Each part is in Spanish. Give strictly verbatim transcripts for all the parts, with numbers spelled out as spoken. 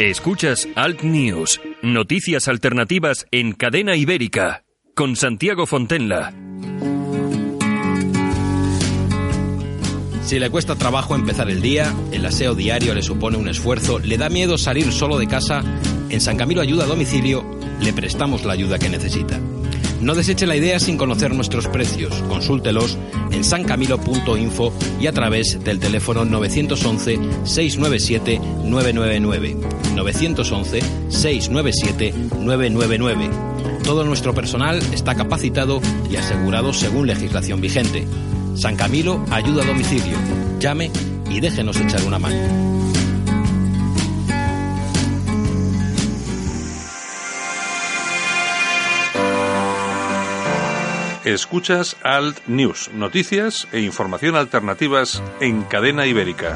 Escuchas Alt News, noticias alternativas en Cadena Ibérica, con Santiago Fontenla. Si le cuesta trabajo empezar el día, el aseo diario le supone un esfuerzo, le da miedo salir solo de casa, en San Camilo Ayuda a Domicilio le prestamos la ayuda que necesita. No deseche la idea sin conocer nuestros precios. Consúltelos en san camilo punto info y a través del teléfono nueve once, seis nueve siete, nueve nueve nueve. nueve once, seis nueve siete, nueve nueve nueve. Todo nuestro personal está capacitado y asegurado según legislación vigente. San Camilo Ayuda a Domicilio. Llame y déjenos echar una mano. Escuchas Alt News, noticias e información alternativas en Cadena Ibérica.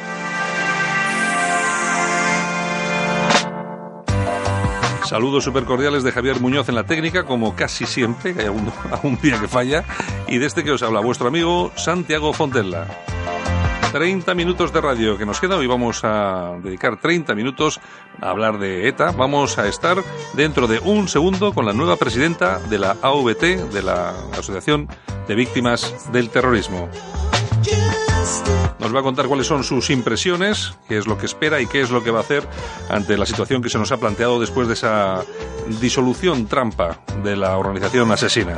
Saludos supercordiales de Javier Muñoz en la técnica, como casi siempre, que hay algún, algún día que falla, y de este que os habla vuestro amigo Santiago Fontenla. treinta minutos de radio que nos queda. Hoy vamos a dedicar treinta minutos a hablar de ETA. Vamos a estar dentro de un segundo con la nueva presidenta de la A V T, de la Asociación de Víctimas del Terrorismo. Nos va a contar cuáles son sus impresiones, qué es lo que espera y qué es lo que va a hacer ante la situación que se nos ha planteado después de esa disolución trampa de la organización asesina.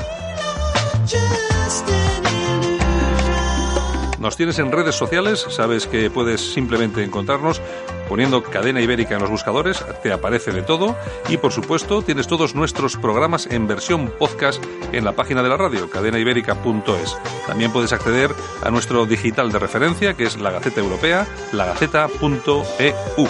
Nos tienes en redes sociales, sabes que puedes simplemente encontrarnos poniendo Cadena Ibérica en los buscadores, te aparece de todo y por supuesto tienes todos nuestros programas en versión podcast en la página de la radio, cadena ibérica punto es. También puedes acceder a nuestro digital de referencia que es la Gaceta Europea, la gaceta punto e u.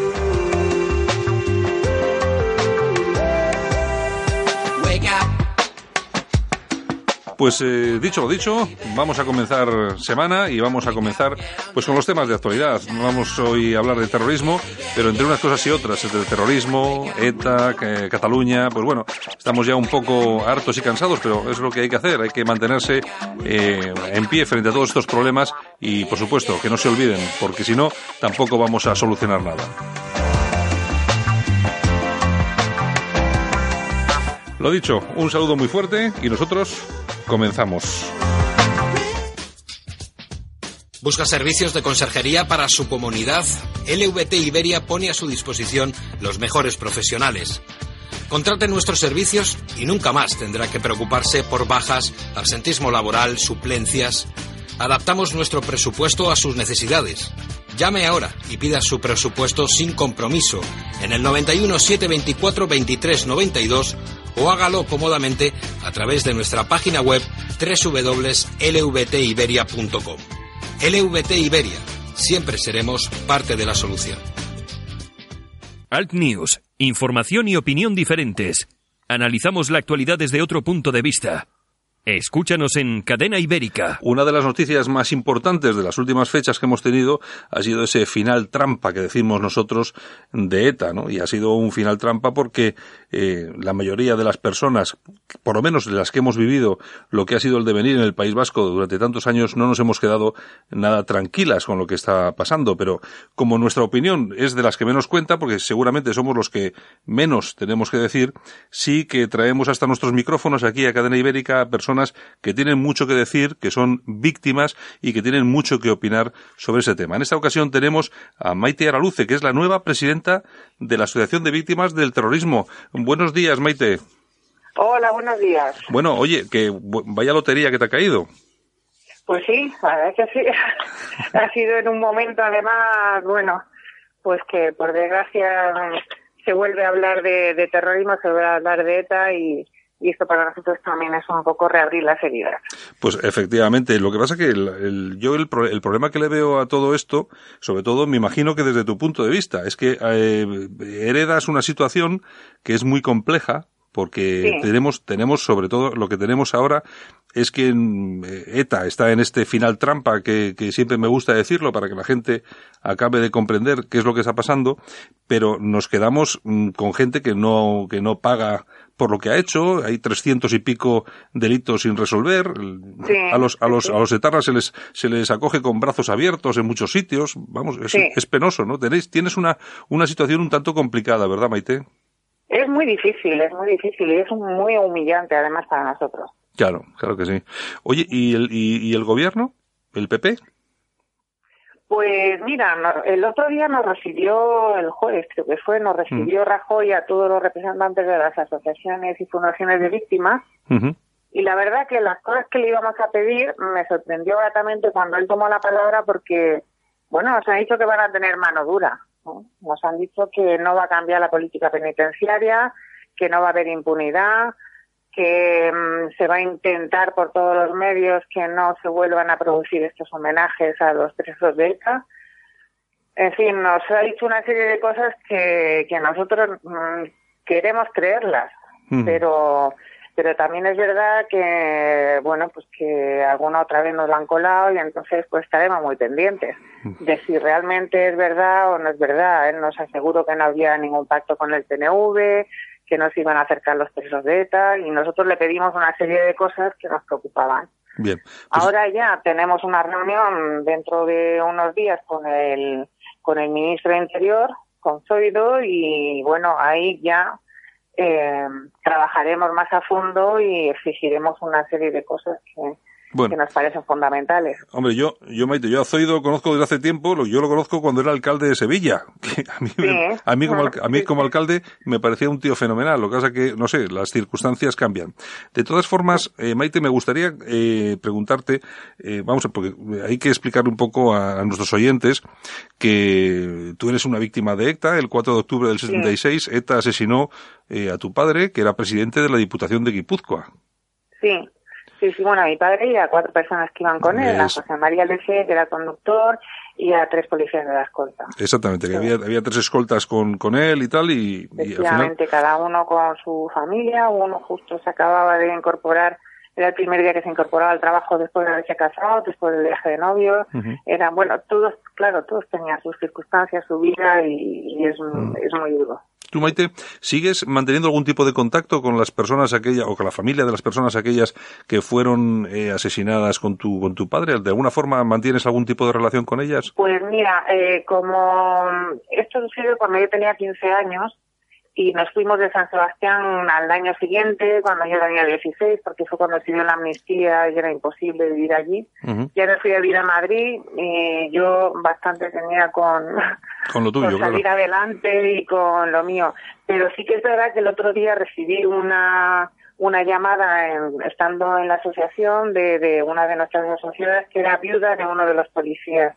Pues eh, dicho lo dicho, vamos a comenzar semana y vamos a comenzar pues con los temas de actualidad. Vamos hoy a hablar de terrorismo, pero entre unas cosas y otras, entre el terrorismo, ETA, eh, Cataluña, pues bueno, estamos ya un poco hartos y cansados, pero es lo que hay que hacer, hay que mantenerse eh, en pie frente a todos estos problemas y por supuesto que no se olviden, porque si no, tampoco vamos a solucionar nada. Lo dicho, un saludo muy fuerte y nosotros comenzamos. ¿Busca servicios de conserjería para su comunidad? L V T Iberia pone a su disposición los mejores profesionales. Contrate nuestros servicios y nunca más tendrá que preocuparse por bajas, absentismo laboral, suplencias. Adaptamos nuestro presupuesto a sus necesidades. Llame ahora y pida su presupuesto sin compromiso en el noventa y uno, setecientos veinticuatro, veintitrés noventa y dos o hágalo cómodamente a través de nuestra página web doble u doble u doble u punto l v t iberia punto com. L V T Iberia, siempre seremos parte de la solución. Alt News, información y opinión diferentes. Analizamos la actualidad desde otro punto de vista. Escúchanos en Cadena Ibérica. Una de las noticias más importantes de las últimas fechas que hemos tenido ha sido ese final trampa que decimos nosotros de ETA, ¿no? Y ha sido un final trampa porque eh, la mayoría de las personas, por lo menos de las que hemos vivido lo que ha sido el devenir en el País Vasco durante tantos años, no nos hemos quedado nada tranquilas con lo que está pasando, pero como nuestra opinión es de las que menos cuenta, porque seguramente somos los que menos tenemos que decir, sí que traemos hasta nuestros micrófonos aquí a Cadena Ibérica a personas que tienen mucho que decir, que son víctimas y que tienen mucho que opinar sobre ese tema. En esta ocasión tenemos a Maite Araluce, que es la nueva presidenta de la Asociación de Víctimas del Terrorismo. Buenos días, Maite. Hola, buenos días. Bueno, oye, que vaya lotería que te ha caído. Pues sí, la verdad es que sí. Ha sido en un momento, además, bueno, pues que por desgracia se vuelve a hablar de, de terrorismo, se vuelve a hablar de ETA y... Y esto para nosotros también es un poco reabrir las heridas. Pues efectivamente, lo que pasa es que el, el, yo el, el problema que le veo a todo esto, sobre todo me imagino que desde tu punto de vista, es que eh, heredas una situación que es muy compleja, porque sí. tenemos, tenemos sobre todo, lo que tenemos ahora es que ETA está en este final trampa que, que siempre me gusta decirlo para que la gente acabe de comprender qué es lo que está pasando, pero nos quedamos mmm, con gente que no, que no paga por lo que ha hecho. Hay trescientos y pico delitos sin resolver. Sí, a los, a los, sí. a los etarras se les, se les acoge con brazos abiertos en muchos sitios. Vamos, es, sí. es penoso, ¿no? Tenéis, tienes una, una situación un tanto complicada, ¿verdad, Maite? Es muy difícil, es muy difícil y es muy humillante además para nosotros. Claro, claro que sí. Oye, ¿y el, y, y el gobierno? ¿El P P? Pues mira, no, el otro día nos recibió, el jueves creo que fue, nos recibió uh-huh. Rajoy a todos los representantes de las asociaciones y fundaciones de víctimas. Uh-huh. Y la verdad que las cosas que le íbamos a pedir me sorprendió gratamente cuando él tomó la palabra porque, bueno, nos han dicho que van a tener mano dura, ¿no? Nos han dicho que no va a cambiar la política penitenciaria, que no va a haber impunidad, que um, se va a intentar por todos los medios que no se vuelvan a producir estos homenajes a los presos de ETA. En fin, nos ha dicho una serie de cosas que, que nosotros um, queremos creerlas, mm. pero pero también es verdad que, bueno, pues que alguna otra vez nos lo han colado y entonces pues estaremos muy pendientes de si realmente es verdad o no es verdad. Él nos aseguró que no había ningún pacto con el P N V, que nos iban a acercar los presos de ETA y nosotros le pedimos una serie de cosas que nos preocupaban. Bien. Pues ahora ya tenemos una reunión dentro de unos días con el con el ministro de Interior, con Zoido, y bueno, ahí ya eh, trabajaremos más a fondo y exigiremos una serie de cosas que, bueno, que nos parecen fundamentales. Hombre, yo, yo Maite, yo a Zoido conozco desde hace tiempo, yo lo conozco cuando era alcalde de Sevilla, que a mí, sí. a mí, como, a mí como alcalde me parecía un tío fenomenal, lo que pasa que, no sé, las circunstancias cambian. De todas formas, eh, Maite, me gustaría eh, preguntarte, eh, vamos, porque hay que explicar un poco a, a nuestros oyentes que tú eres una víctima de ETA. El cuatro de octubre del setenta y seis, sí. ETA asesinó eh, a tu padre, que era presidente de la Diputación de Guipúzcoa. Sí. Sí, sí, bueno, a mi padre y a cuatro personas que iban con él, es... a José María Leche, que era conductor, y a tres policías de la escolta. Exactamente, sí. que había, había tres escoltas con, con él y tal, y, y al final... cada uno con su familia, uno justo se acababa de incorporar, era el primer día que se incorporaba al trabajo después de haberse casado, después del viaje de novio, uh-huh. eran, bueno, todos, claro, todos tenían sus circunstancias, su vida, y, y es, uh-huh. es muy duro. ¿Tú, Maite, sigues manteniendo algún tipo de contacto con las personas aquellas, o con la familia de las personas aquellas que fueron eh, asesinadas con tu con tu padre? ¿De alguna forma mantienes algún tipo de relación con ellas? Pues mira, eh, como esto sucedió cuando yo tenía quince años, y nos fuimos de San Sebastián al año siguiente, cuando yo tenía dieciséis, porque fue cuando se dio la amnistía y era imposible vivir allí. Uh-huh. Ya me fui a vivir a Madrid y yo bastante tenía con, con, lo tuyo, con salir claro. adelante y con lo mío. Pero sí que es verdad que el otro día recibí una una llamada en, estando en la asociación de, de una de nuestras asociadas que era viuda de uno de los policías.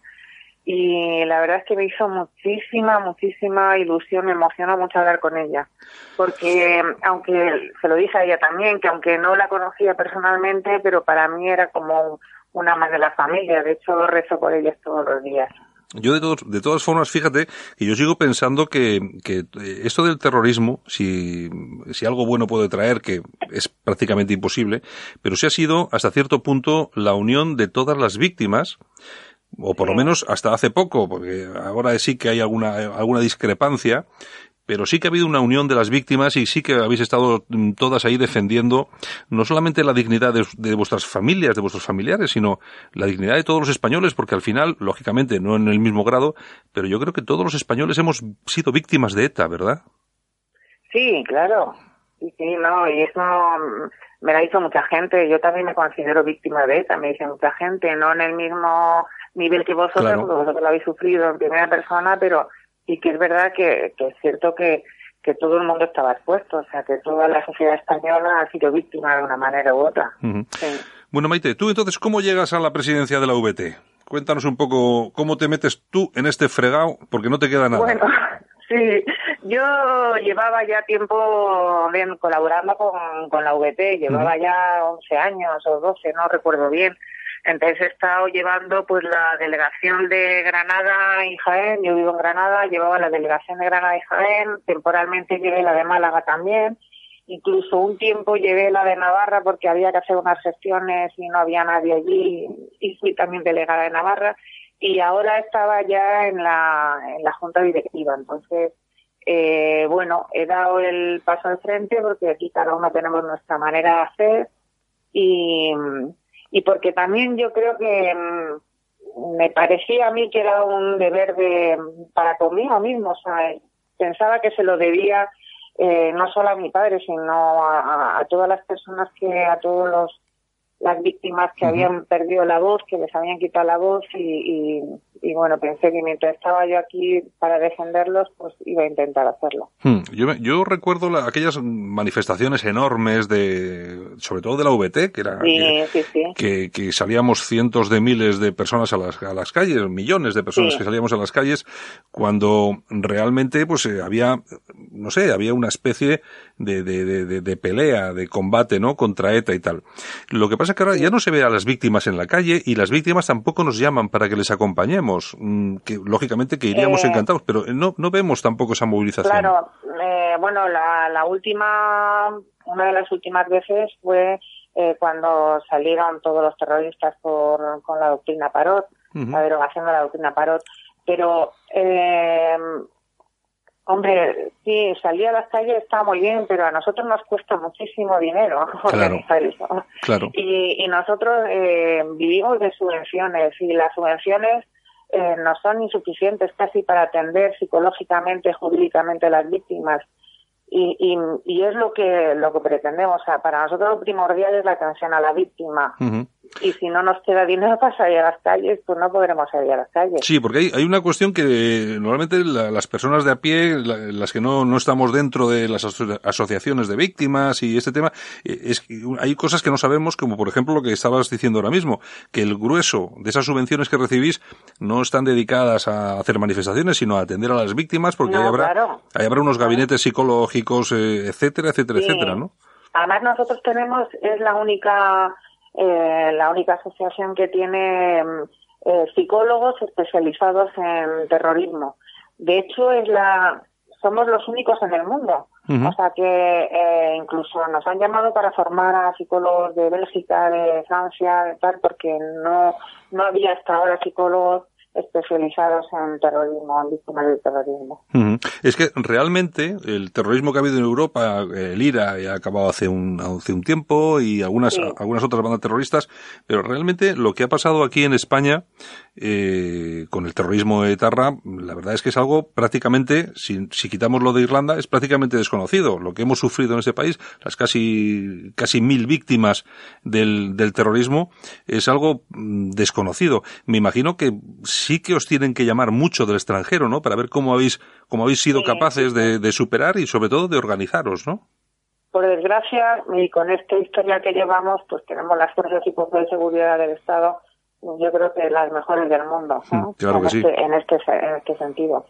Y la verdad es que me hizo muchísima, muchísima ilusión, me emocionó mucho hablar con ella. Porque, aunque se lo dije a ella también, que aunque no la conocía personalmente, pero para mí era como una más de la familia. De hecho, rezo por ellas todos los días. Yo de, todos, de todas formas, fíjate que yo sigo pensando que, que esto del terrorismo, si, si algo bueno puede traer, que es prácticamente imposible, pero sí ha sido hasta cierto punto la unión de todas las víctimas, o por sí. lo menos hasta hace poco, porque ahora sí que hay alguna, alguna discrepancia, pero sí que ha habido una unión de las víctimas y sí que habéis estado todas ahí defendiendo no solamente la dignidad de, de vuestras familias, de vuestros familiares, sino la dignidad de todos los españoles, porque al final, lógicamente, no en el mismo grado, pero yo creo que todos los españoles hemos sido víctimas de ETA, ¿verdad? Sí, claro. Sí, sí, no, y eso me lo ha dicho mucha gente. Yo también me considero víctima de ETA, me dice mucha gente, no en el mismo nivel que vosotros, claro. porque vosotros lo habéis sufrido en primera persona, pero y que es verdad que, que es cierto que, que todo el mundo estaba expuesto, o sea, que toda la sociedad española ha sido víctima de una manera u otra. Uh-huh. Sí. Bueno, Maite, tú entonces, ¿cómo llegas a la presidencia de la V T? Cuéntanos un poco cómo te metes tú en este fregado, porque no te queda nada. Bueno, sí, yo llevaba ya tiempo bien colaborando con, con la V T, llevaba uh-huh. ya once años o doce, no recuerdo bien. Entonces he estado llevando pues la delegación de Granada y Jaén, yo vivo en Granada, llevaba la delegación de Granada y Jaén, temporalmente llevé la de Málaga también, incluso un tiempo llevé la de Navarra porque había que hacer unas gestiones y no había nadie allí, y fui también delegada de Navarra, y ahora estaba ya en la, en la junta directiva. Entonces, eh, bueno, he dado el paso al frente porque aquí cada uno tenemos nuestra manera de hacer, y, y porque también yo creo que mmm, me parecía a mí que era un deber de para conmigo mismo, o sea, pensaba que se lo debía eh, no solo a mi padre, sino a, a todas las personas que, a todos los las víctimas que uh-huh. habían perdido la voz, que les habían quitado la voz, y, y, y bueno, pensé que mientras estaba yo aquí para defenderlos, pues iba a intentar hacerlo. Hmm. Yo, yo recuerdo la, aquellas manifestaciones enormes de, sobre todo de la V T, que era sí, que, sí, sí. Que, que salíamos cientos de miles de personas a las, a las calles, millones de personas sí. que salíamos a las calles, cuando realmente pues eh, había, no sé, había una especie de, de, de, de pelea, de combate, ¿no?, contra ETA y tal. Lo que pasa es que ahora ya no se ve a las víctimas en la calle, y las víctimas tampoco nos llaman para que les acompañemos, que lógicamente que iríamos eh, encantados, pero no no vemos tampoco esa movilización. Claro, eh, bueno, la, la última, una de las últimas veces fue eh, cuando salieron todos los terroristas por con la doctrina Parot, uh-huh. la derogación de la doctrina Parot, pero eh, hombre, sí, salir a las calles está muy bien, pero a nosotros nos cuesta muchísimo dinero organizar claro, eso. Claro. Y, y nosotros eh, vivimos de subvenciones, y las subvenciones eh, no son insuficientes casi para atender psicológicamente, jurídicamente a las víctimas. Y, y, y es lo que lo que pretendemos. O sea, para nosotros lo primordial es la atención a la víctima. Uh-huh. Y si no nos queda dinero para salir a las calles, pues no podremos salir a las calles. Sí, porque hay, hay una cuestión que normalmente la, las personas de a pie, la, las que no, no estamos dentro de las aso- asociaciones de víctimas y este tema, eh, es que hay cosas que no sabemos, como por ejemplo lo que estabas diciendo ahora mismo, que el grueso de esas subvenciones que recibís no están dedicadas a hacer manifestaciones, sino a atender a las víctimas, porque no, ahí habrá, claro. ahí habrá unos gabinetes psicológicos, eh, etcétera, etcétera, sí. etcétera, ¿no? Además nosotros tenemos, es la única... Eh, la única asociación que tiene eh, psicólogos especializados en terrorismo. De hecho, es la somos los únicos en el mundo. Uh-huh. O sea que eh, incluso nos han llamado para formar a psicólogos de Bélgica, de Francia, de tal, porque no no había hasta ahora psicólogos especializados en terrorismo, en víctimas del terrorismo. Uh-huh. Es que realmente el terrorismo que ha habido en Europa, el IRA ha acabado hace un, hace un tiempo, y algunas, sí. algunas otras bandas terroristas, pero realmente lo que ha pasado aquí en España eh, con el terrorismo de etarra, la verdad es que es algo prácticamente, si, si quitamos lo de Irlanda, es prácticamente desconocido. Lo que hemos sufrido en ese país, las casi casi mil víctimas del, del terrorismo, es algo mm, desconocido. Me imagino que sí que os tienen que llamar mucho del extranjero, ¿no?, para ver cómo habéis cómo habéis sido sí, capaces sí. De, de superar y sobre todo de organizaros, ¿no? Por desgracia, y con esta historia que llevamos, pues tenemos las fuerzas y cuerpos de seguridad del Estado, yo creo que las mejores del mundo, ¿no? Claro en, que sí. este, en este en este sentido.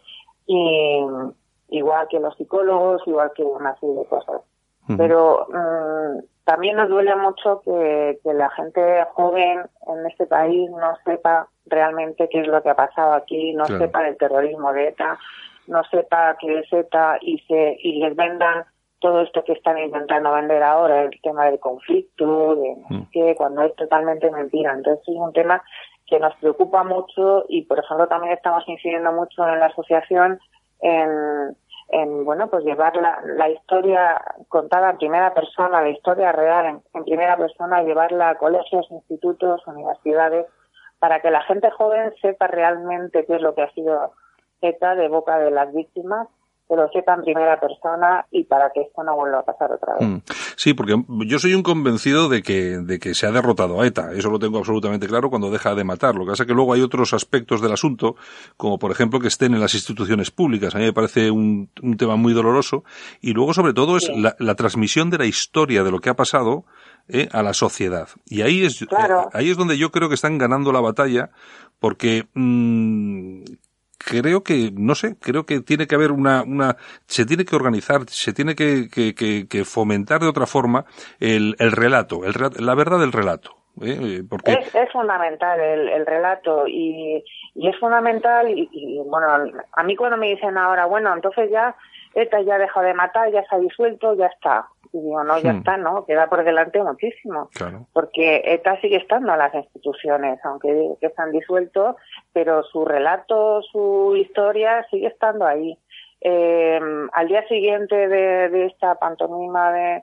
Y igual que los psicólogos, igual que una serie de cosas. Uh-huh. Pero mmm, también nos duele mucho que, que la gente joven en este país no sepa realmente qué es lo que ha pasado aquí, no claro. sepa del terrorismo de ETA, no sepa qué es ETA, y se y les vendan todo esto que están intentando vender ahora, el tema del conflicto, de mm. que cuando es totalmente mentira. Entonces es un tema que nos preocupa mucho, y por ejemplo también estamos incidiendo mucho en la asociación en, en bueno, pues llevar la, la historia contada en primera persona, la historia real en, en primera persona, llevarla a colegios, institutos, universidades, para que la gente joven sepa realmente qué es lo que ha sido ETA de boca de las víctimas, que lo sepa en primera persona, y para que esto no vuelva a pasar otra vez. Sí, porque yo soy un convencido de que de que se ha derrotado a ETA, eso lo tengo absolutamente claro cuando deja de matar. Lo que pasa es que luego hay otros aspectos del asunto, como por ejemplo que estén en las instituciones públicas. A mí me parece un, un tema muy doloroso, y luego sobre todo es sí. la, la transmisión de la historia de lo que ha pasado eh, a la sociedad. Y ahí es claro. eh, ahí es donde yo creo que están ganando la batalla, porque mmm, creo que, no sé, creo que tiene que haber una, una, se tiene que organizar, se tiene que, que, que, que fomentar de otra forma el, el relato, el, la verdad del relato. ¿eh? Porque es, es fundamental el, el relato, y, y es fundamental, y, y bueno, a mí cuando me dicen ahora, bueno, entonces ya ETA ya ha dejado de matar, ya se ha disuelto, ya está. Y digo, no, ya Hmm. está, ¿no? Queda por delante muchísimo. Claro. Porque ETA sigue estando en las instituciones, aunque que se han disuelto, pero su relato, su historia sigue estando ahí. Eh, al día siguiente de, de esta pantomima de,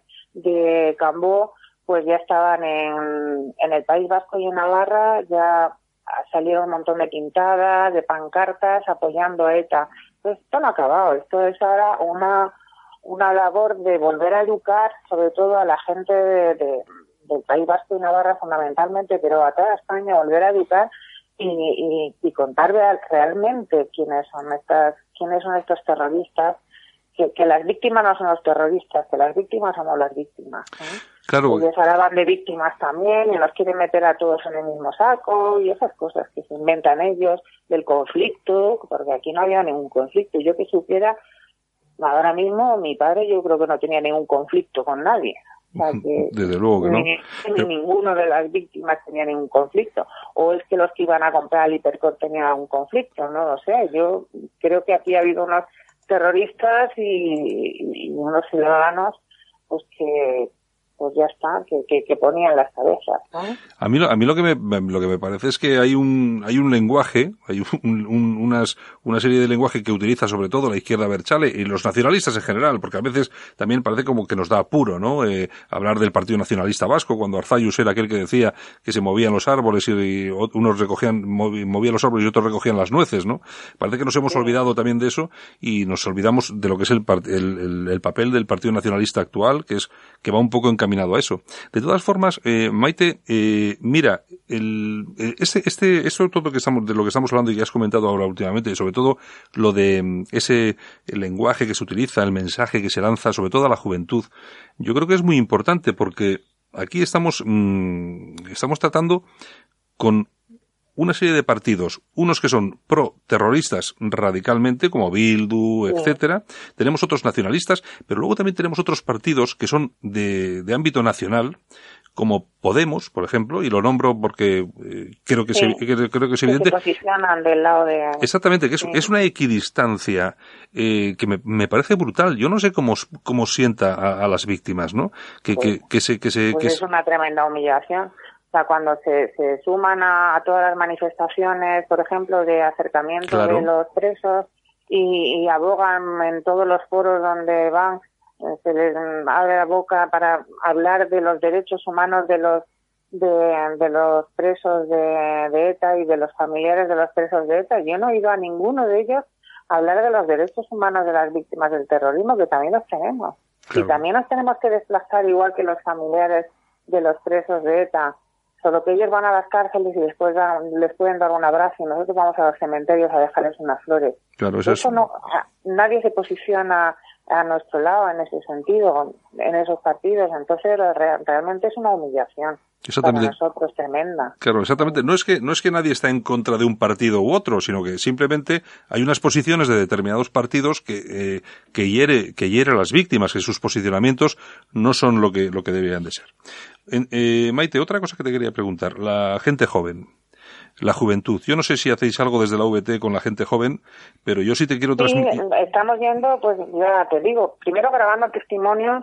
de Cambó, pues ya estaban en, en el País Vasco y en Navarra, ya salieron un montón de pintadas, de pancartas apoyando a ETA. Pues esto no ha acabado, esto es ahora una una labor de volver a educar, sobre todo a la gente de, de, del País Vasco y Navarra fundamentalmente, pero a toda España, volver a educar y, y, y contar realmente quiénes son estas, quiénes son estos terroristas, que, que las víctimas no son los terroristas, que las víctimas somos las víctimas, ¿eh? Claro. Ellos ahora van de víctimas también y nos quieren meter a todos en el mismo saco y esas cosas que se inventan ellos del conflicto, porque aquí no había ningún conflicto. Yo que supiera, ahora mismo mi padre yo creo que no tenía ningún conflicto con nadie. O sea que desde luego que no. Ni, ni ninguno de las víctimas tenía ningún conflicto. O es que los que iban a comprar al Hipercor tenían algún conflicto, no lo sé. Yo creo que aquí ha habido unos terroristas y, y unos ciudadanos pues que pues ya está, que, que, que ponían las cabezas, ¿no? A mí, lo, a mí lo que me, lo que me parece es que hay un, hay un lenguaje, hay un, un, unas, una serie de lenguaje que utiliza sobre todo la izquierda abertzale y los nacionalistas en general, porque a veces también parece como que nos da apuro, ¿no? Eh, hablar del Partido Nacionalista Vasco, cuando Arzallus era aquel que decía que se movían los árboles y, y unos recogían, movían los árboles y otros recogían las nueces, ¿no? Parece que nos hemos sí. olvidado también de eso y nos olvidamos de lo que es el, el, el, el papel del Partido Nacionalista actual, que es, que va un poco encaminado a eso. De todas formas, eh, Maite, eh, mira, el, este, este, esto todo que estamos, de lo que estamos hablando y que has comentado ahora últimamente, sobre todo lo de ese el lenguaje que se utiliza, el mensaje que se lanza, sobre todo a la juventud, yo creo que es muy importante porque aquí estamos, mmm, estamos tratando con una serie de partidos, unos que son pro-terroristas radicalmente, como Bildu, etcétera. Tenemos otros nacionalistas, pero luego también tenemos otros partidos que son de, de ámbito nacional, como Podemos, por ejemplo, y lo nombro porque eh, creo que, sí, se, creo, creo que es evidente. Que se posicionan del lado de... Exactamente, que es, sí. es una equidistancia eh, que me, me parece brutal. Yo no sé cómo, cómo sienta a, a las víctimas, ¿no? Que, pues, que, que se... Que se pues que es una tremenda humillación. O sea, cuando se, se suman a, a todas las manifestaciones, por ejemplo, de acercamiento claro. de los presos y, y abogan en todos los foros donde van, eh, se les abre la boca para hablar de los derechos humanos de los de, de los presos de, de ETA y de los familiares de los presos de ETA. Yo no he ido a ninguno de ellos a hablar de los derechos humanos de las víctimas del terrorismo, que también los tenemos. Claro. Y también nos tenemos que desplazar igual que los familiares de los presos de ETA. Solo que ellos van a las cárceles y después dan, les pueden dar un abrazo y nosotros vamos a los cementerios a dejarles unas flores. Claro, eso eso no, nadie se posiciona a nuestro lado en ese sentido, en esos partidos. Entonces realmente es una humillación para nosotros tremenda. Claro, exactamente. No es que no es que nadie está en contra de un partido u otro, sino que simplemente hay unas posiciones de determinados partidos que eh, que hiere que hiere a las víctimas, que sus posicionamientos no son lo que lo que deberían de ser. En, eh, Maite, otra cosa que te quería preguntar, la gente joven, la juventud. Yo no sé si hacéis algo desde la V T con la gente joven, pero yo sí te quiero transmitir. Sí, estamos yendo, pues ya te digo, primero grabando testimonios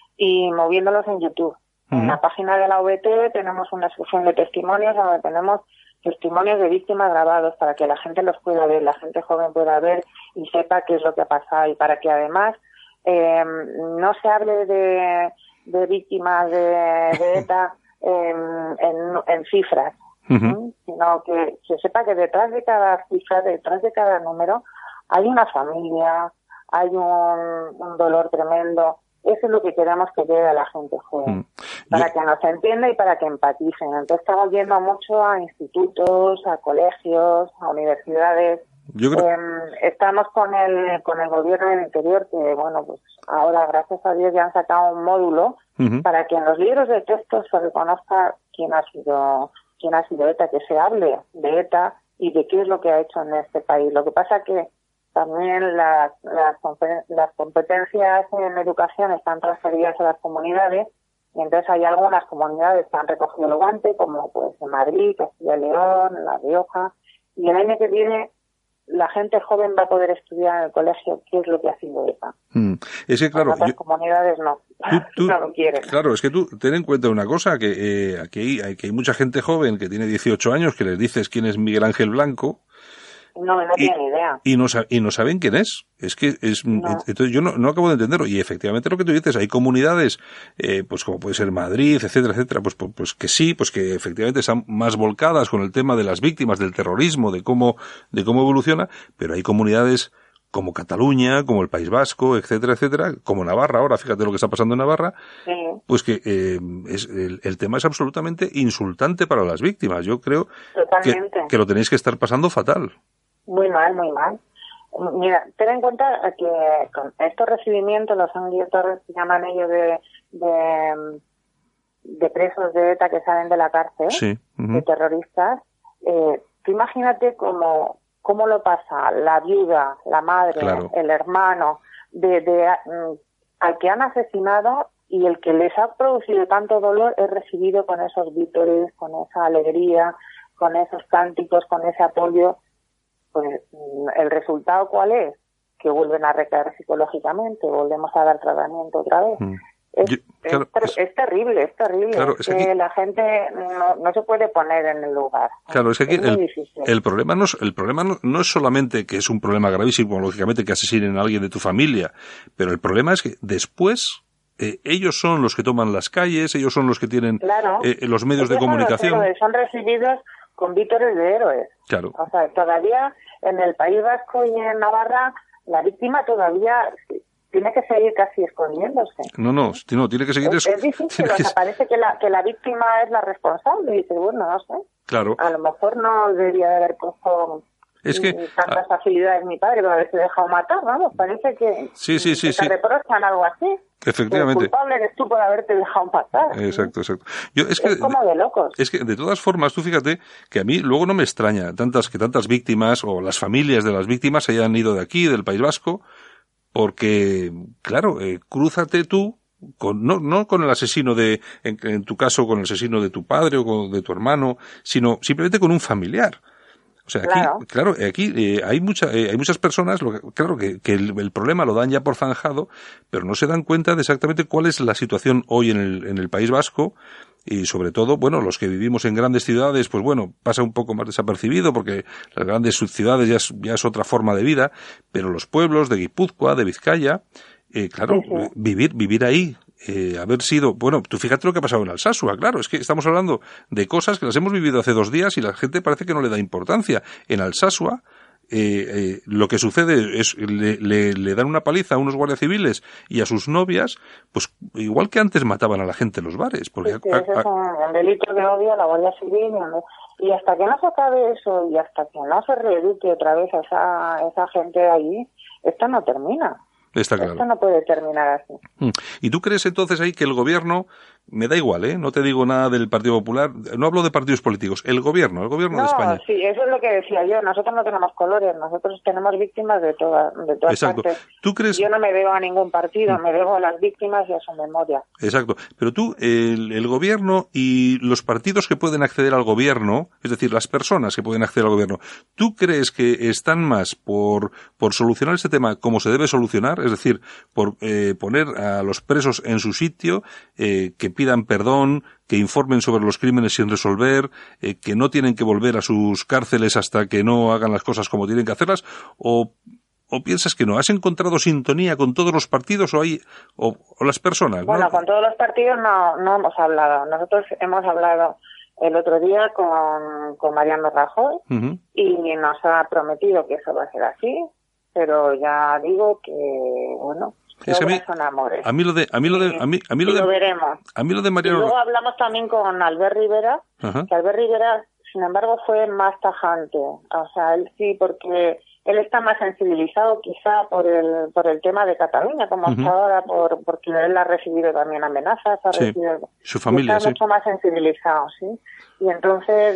y moviéndolos en YouTube. Uh-huh. En la página de la V T tenemos una sección de testimonios donde tenemos testimonios de víctimas grabados para que la gente los pueda ver, la gente joven pueda ver y sepa qué es lo que ha pasado y para que además eh, no se hable de de víctimas de, de ETA en, en, en cifras, uh-huh. sino que se sepa que detrás de cada cifra, detrás de cada número, hay una familia, hay un, un dolor tremendo. Eso es lo que queremos que llegue a la gente joven, uh-huh. para Yo... que nos entienda y para que empaticen. Entonces estamos yendo mucho a institutos, a colegios, a universidades. Yo creo... eh, estamos con el con el gobierno del interior que bueno pues ahora gracias a Dios ya han sacado un módulo uh-huh. para que en los libros de texto se reconozca quién ha sido quién ha sido ETA, que se hable de ETA y de qué es lo que ha hecho en este país. Lo que pasa que también las las, las competencias en educación están transferidas a las comunidades y entonces hay algunas comunidades que han recogido el guante como pues en Madrid, Castilla y León, en La Rioja, y el año que viene la gente joven va a poder estudiar en el colegio qué es lo que ha sido ETA. Mm. Es que, claro, en otras yo, comunidades no. Tú, tú, no lo quieren. Claro, es que tú ten en cuenta una cosa, que eh, aquí hay, que hay mucha gente joven que tiene dieciocho años que les dices quién es Miguel Ángel Blanco. No, no tienen idea. Y no, y no saben quién es. Es que es, no. entonces yo no, no acabo de entenderlo. Y efectivamente lo que tú dices, hay comunidades, eh, pues como puede ser Madrid, etcétera, etcétera, pues, pues, pues que sí, pues que efectivamente están más volcadas con el tema de las víctimas del terrorismo, de cómo, de cómo evoluciona, pero hay comunidades como Cataluña, como el País Vasco, etcétera, etcétera, como Navarra ahora, fíjate lo que está pasando en Navarra, sí. Pues que eh, es, el, el tema es absolutamente insultante para las víctimas. Yo creo que, que lo tenéis que estar pasando fatal. Muy mal, muy mal. Mira, ten en cuenta que con estos recibimientos, los sanguinetos que llaman ellos de, de, de presos de ETA que salen de la cárcel, sí. uh-huh. de terroristas, eh, tú imagínate cómo, cómo lo pasa la viuda, la madre, claro. el hermano, de, de um, al que han asesinado, y el que les ha producido tanto dolor es recibido con esos vítores, con esa alegría, con esos cánticos, con ese apoyo. Pues el resultado ¿cuál es? Que vuelven a recaer psicológicamente, volvemos a dar tratamiento otra vez. Mm. Es, Yo, claro, es, ter es, es terrible, es terrible. Claro, es que aquí, la gente no, no se puede poner en el lugar. Claro, es que aquí es el, el problema, no es, el problema no, no es solamente que es un problema gravísimo, lógicamente, que asesinen a alguien de tu familia, pero el problema es que después eh, ellos son los que toman las calles, ellos son los que tienen claro. eh, los medios de comunicación. Son, son recibidos con vítores de héroes. Claro. O sea, todavía en el País Vasco y en Navarra, la víctima todavía tiene que seguir casi escondiéndose. No, no, no tiene que seguir... Es, es difícil, o sea, que... parece que la, que la víctima es la responsable. Y dices, bueno, no sé. Claro. A lo mejor no debería de haber puesto... Es que tantas ah, facilidades mi padre para haberse dejado matar, vamos, parece que, sí, sí, sí, que sí. te reprochan algo así. Efectivamente. El culpable eres tú por haberte dejado matar. Exacto, exacto. Yo, es, es que, como de locos. Es que de todas formas, tú fíjate que a mí luego no me extraña tantas que tantas víctimas o las familias de las víctimas se hayan ido de aquí, del País Vasco, porque, claro, eh, crúzate tú con, no, no con el asesino de, en, en tu caso, con el asesino de tu padre o con, de tu hermano, sino simplemente con un familiar. O sea, aquí, claro, claro aquí eh, hay mucha, eh, hay muchas personas, lo que, claro, que, que el, el problema lo dan ya por zanjado, pero no se dan cuenta de exactamente cuál es la situación hoy en el, en el País Vasco, y sobre todo, bueno, los que vivimos en grandes ciudades, pues bueno, pasa un poco más desapercibido porque las grandes ciudades ya es, ya es otra forma de vida, pero los pueblos de Guipúzcoa, de Vizcaya, eh, claro, sí, sí. vivir, vivir ahí, Eh, haber sido, bueno, tú fíjate lo que ha pasado en Alsasua, claro, es que estamos hablando de cosas que las hemos vivido hace dos días y la gente parece que no le da importancia. En Alsasua, eh, eh, lo que sucede es, le, le, le dan una paliza a unos guardias civiles y a sus novias, pues igual que antes mataban a la gente en los bares. Porque sí, sí, a, a, eso es un, un delito de odio a la Guardia Civil, y hasta que no se acabe eso y hasta que no se reeduque otra vez a esa, esa gente de allí, esto no termina. Está claro. Esto no puede terminar así. ¿Y tú crees entonces ahí que el gobierno, me da igual, ¿eh? No te digo nada del Partido Popular, no hablo de partidos políticos, el gobierno, el gobierno no, de España. No, sí, eso es lo que decía yo, nosotros no tenemos colores, nosotros tenemos víctimas de todas, de todas Exacto. partes. ¿Tú crees? Yo no me debo a ningún partido, me debo a las víctimas y a su memoria. Exacto. Pero tú, el, el gobierno y los partidos que pueden acceder al gobierno, es decir, las personas que pueden acceder al gobierno, ¿tú crees que están más por, por solucionar este tema como se debe solucionar? Es decir, por eh, poner a los presos en su sitio, eh, que pidan perdón, que informen sobre los crímenes sin resolver, eh, que no tienen que volver a sus cárceles hasta que no hagan las cosas como tienen que hacerlas, o, o piensas que no? ¿Has encontrado sintonía con todos los partidos o hay, o, o las personas? Bueno, ¿no? Con todos los partidos no, no hemos hablado. Nosotros hemos hablado el otro día con, con Mariano Rajoy, uh-huh. y nos ha prometido que eso va a ser así, pero ya digo que, bueno, es que a mí, son amores. A mí lo de, a mí lo de, a mí, a mí lo de, lo veremos. A mí lo de Mariano. Y luego hablamos también con Albert Rivera, uh-huh. que Albert Rivera, sin embargo, fue más tajante. O sea, él sí, porque él está más sensibilizado quizá por el, por el tema de Cataluña, como uh-huh. hasta ahora, por, porque él ha recibido también amenazas, ha sí. recibido, su familia, está sí. mucho más sensibilizado, sí. Y entonces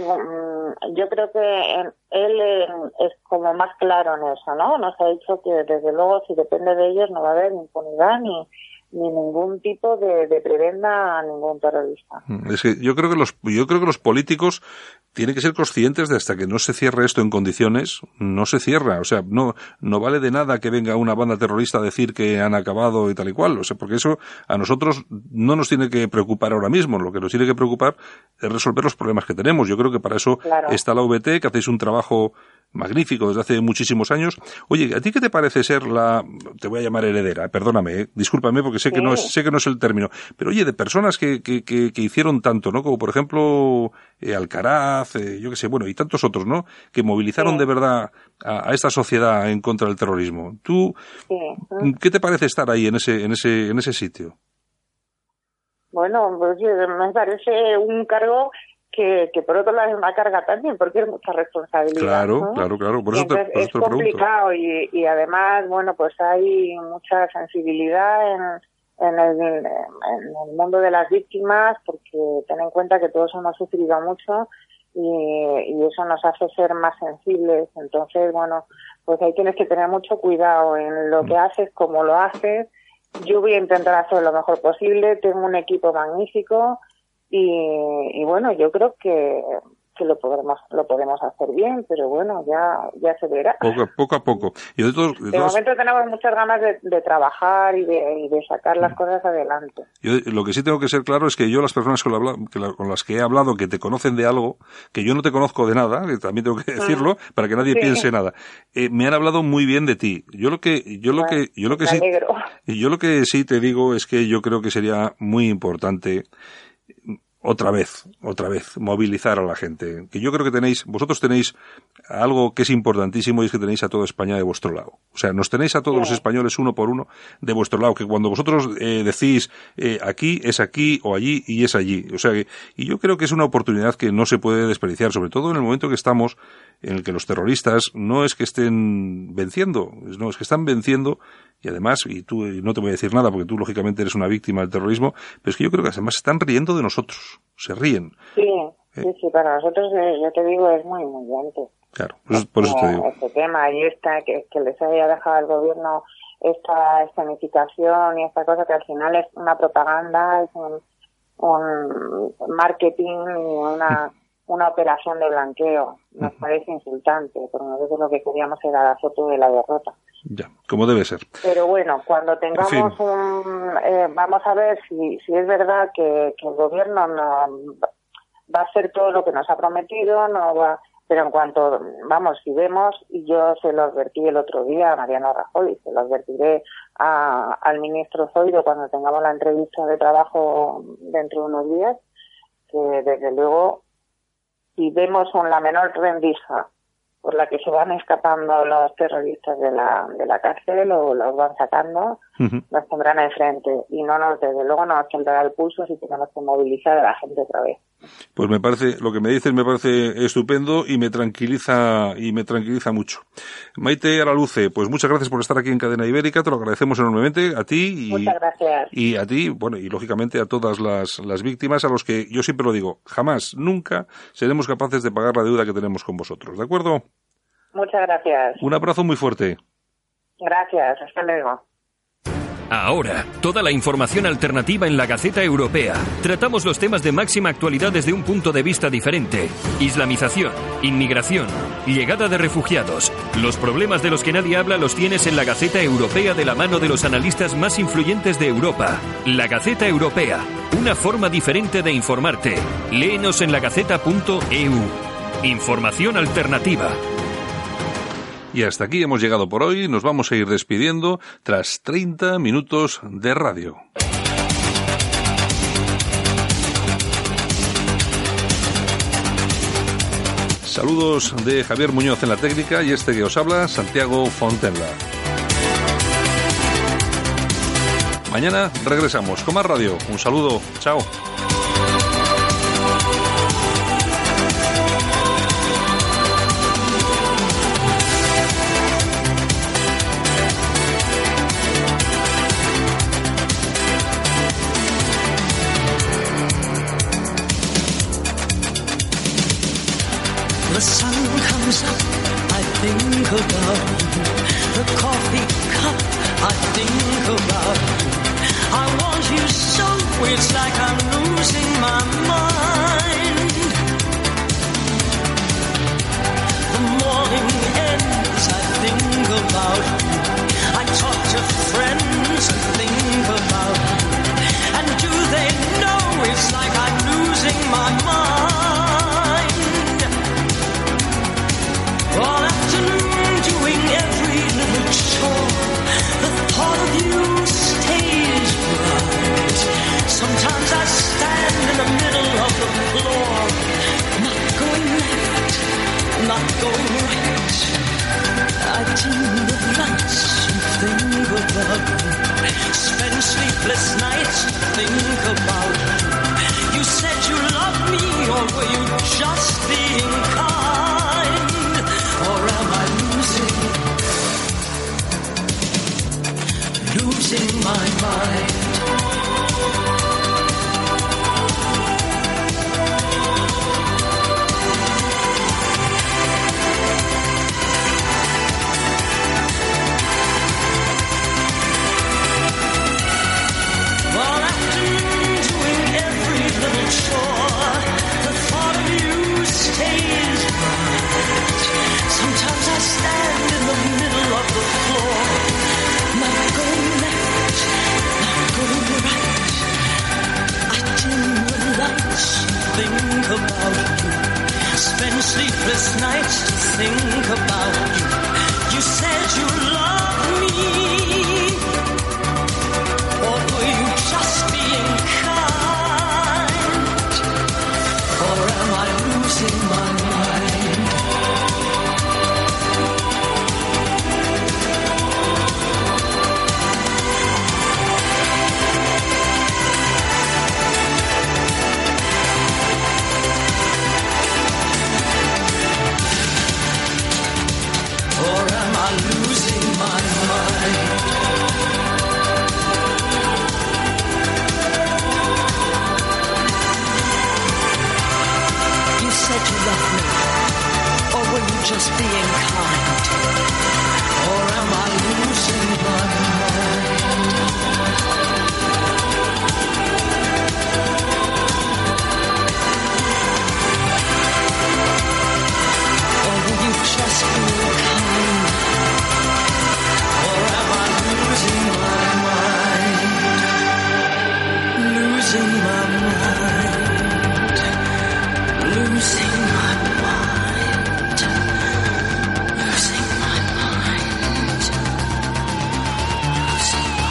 yo creo que él es como más claro en eso, ¿no? Nos ha dicho que desde luego si depende de ellos no va a haber impunidad ni, ni ningún tipo de, de prebenda a ningún terrorista. Es que yo creo que los, yo creo que los políticos tienen que ser conscientes de hasta que no se cierre esto en condiciones, no se cierra. O sea, no, no vale de nada que venga una banda terrorista a decir que han acabado y tal y cual. O sea, porque eso a nosotros no nos tiene que preocupar ahora mismo. Lo que nos tiene que preocupar es resolver los problemas que tenemos. Yo creo que para eso claro. está la V T, que hacéis un trabajo magnífico desde hace muchísimos años. Oye, ¿a ti qué te parece ser la, te voy a llamar heredera, perdóname, eh, discúlpame porque sé sí. que no es, sé que no es el término, pero oye, de personas que, que, que, que hicieron tanto, ¿no? Como por ejemplo, eh, Alcaraz, eh, yo qué sé, bueno, y tantos otros, ¿no? Que movilizaron sí. de verdad a, a esta sociedad en contra del terrorismo. ¿Tú, sí. qué te parece estar ahí en ese, en ese, en ese sitio? Bueno, pues me parece un cargo Que, que por otro lado es una carga también, porque es mucha responsabilidad. Claro, ¿no? claro, claro. Por eso te, por es eso te complicado y, y además, bueno, pues hay mucha sensibilidad en, en, el, en el mundo de las víctimas, porque ten en cuenta que todos hemos sufrido mucho y, y eso nos hace ser más sensibles. Entonces, bueno, pues ahí tienes que tener mucho cuidado en lo que haces, cómo lo haces. Yo voy a intentar hacer lo mejor posible. Tengo un equipo magnífico. Y, y bueno, yo creo que, que lo podremos lo podemos hacer bien, pero bueno, ya ya se verá. Poco, poco a poco. Y de todos, de de todos... momento tenemos muchas ganas de, de trabajar y de, y de sacar las cosas adelante. Yo lo que sí tengo que ser claro es que yo las personas con, la, que la, con las que he hablado que te conocen de algo, que yo no te conozco de nada, que también tengo que decirlo, mm. para que nadie sí. piense nada, eh, me han hablado muy bien de ti. Yo lo que yo lo bueno, que yo lo que sí alegro. yo lo que sí te digo es que yo creo que sería muy importante otra vez, otra vez, movilizar a la gente. Que yo creo que tenéis, vosotros tenéis algo que es importantísimo y es que tenéis a toda España de vuestro lado. O sea, nos tenéis a todos sí. los españoles uno por uno de vuestro lado. Que cuando vosotros eh, decís eh, aquí es aquí o allí y es allí. O sea, que, y yo creo que es una oportunidad que no se puede desperdiciar, sobre todo en el momento que estamos, en el que los terroristas no es que estén venciendo, no es que están venciendo. Y además, y tú y no te voy a decir nada porque tú lógicamente eres una víctima del terrorismo, pero es que yo creo que además están riendo de nosotros, se ríen. Sí, ¿Eh? sí, sí, para nosotros, eh, yo te digo, es muy humillante. Claro, por eso, por eso te digo. Este tema y esta, que, que les haya dejado al gobierno esta escenificación y esta cosa que al final es una propaganda, es un, un marketing y una... una operación de blanqueo. Nos uh-huh. parece insultante, pero nosotros lo que queríamos era la foto de la derrota. Ya, como debe ser. Pero bueno, cuando tengamos en fin. un... Eh, vamos a ver si, si es verdad que, que el gobierno no va a hacer todo lo que nos ha prometido, no va... Pero en cuanto, vamos, si vemos, y yo se lo advertí el otro día a Mariano Rajoy, se lo advertiré a, al ministro Zoido cuando tengamos la entrevista de trabajo dentro de unos días, que desde luego si vemos un, la menor rendija por la que se van escapando los terroristas de la de la cárcel o los van sacando, uh-huh. nos pondrán enfrente y no nos, desde luego no nos saldrá el pulso si tenemos que movilizar a la gente otra vez. Pues me parece, lo que me dices me parece estupendo y me tranquiliza y me tranquiliza mucho. Maite Araluce, pues muchas gracias por estar aquí en Cadena Ibérica, te lo agradecemos enormemente a ti y, muchas gracias. y a ti, bueno, y lógicamente a todas las, las víctimas a los que yo siempre lo digo, jamás, nunca seremos capaces de pagar la deuda que tenemos con vosotros, ¿de acuerdo? Muchas gracias. Un abrazo muy fuerte. Gracias, hasta luego. Ahora, toda la información alternativa en la Gaceta Europea. Tratamos los temas de máxima actualidad desde un punto de vista diferente. Islamización, inmigración, llegada de refugiados. Los problemas de los que nadie habla los tienes en la Gaceta Europea de la mano de los analistas más influyentes de Europa. La Gaceta Europea, una forma diferente de informarte. Léenos en lagaceta punto e u. Información alternativa. Y hasta aquí hemos llegado por hoy. Nos vamos a ir despidiendo tras treinta minutos de radio. Saludos de Javier Muñoz en la técnica y este que os habla, Santiago Fontenla. Mañana regresamos con más radio. Un saludo. Chao. The sun comes up, I think about the coffee cup, I think about think about you. You said you loved me, or were you just being kind? Or am I losing, losing my mind? Sometimes I stand in the middle of the floor, not going left, not going right. I dim the lights and think about you, spend sleepless nights to think about you. You said you loved me, or were you just being kind? Or am I losing my mind? Losing my mind. You said you loved me, or were you just being kind? Or am I losing my mind? Or were you just being kind? Or am I losing my mind? Losing my mind. Losing my mind. Losing my mind. Losing my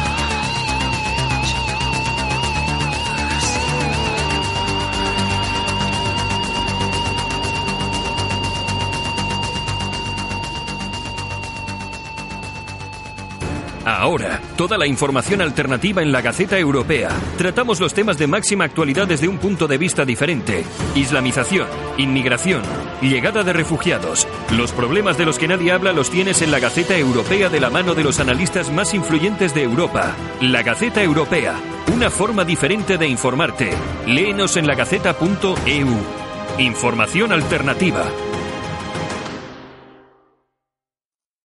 Ahora, toda la información alternativa en la Gaceta Europea. Tratamos los temas de máxima actualidad desde un punto de vista diferente. Islamización, inmigración, llegada de refugiados. Los problemas de los que nadie habla los tienes en la Gaceta Europea de la mano de los analistas más influyentes de Europa. La Gaceta Europea, una forma diferente de informarte. Léenos en lagaceta punto e u. Información alternativa.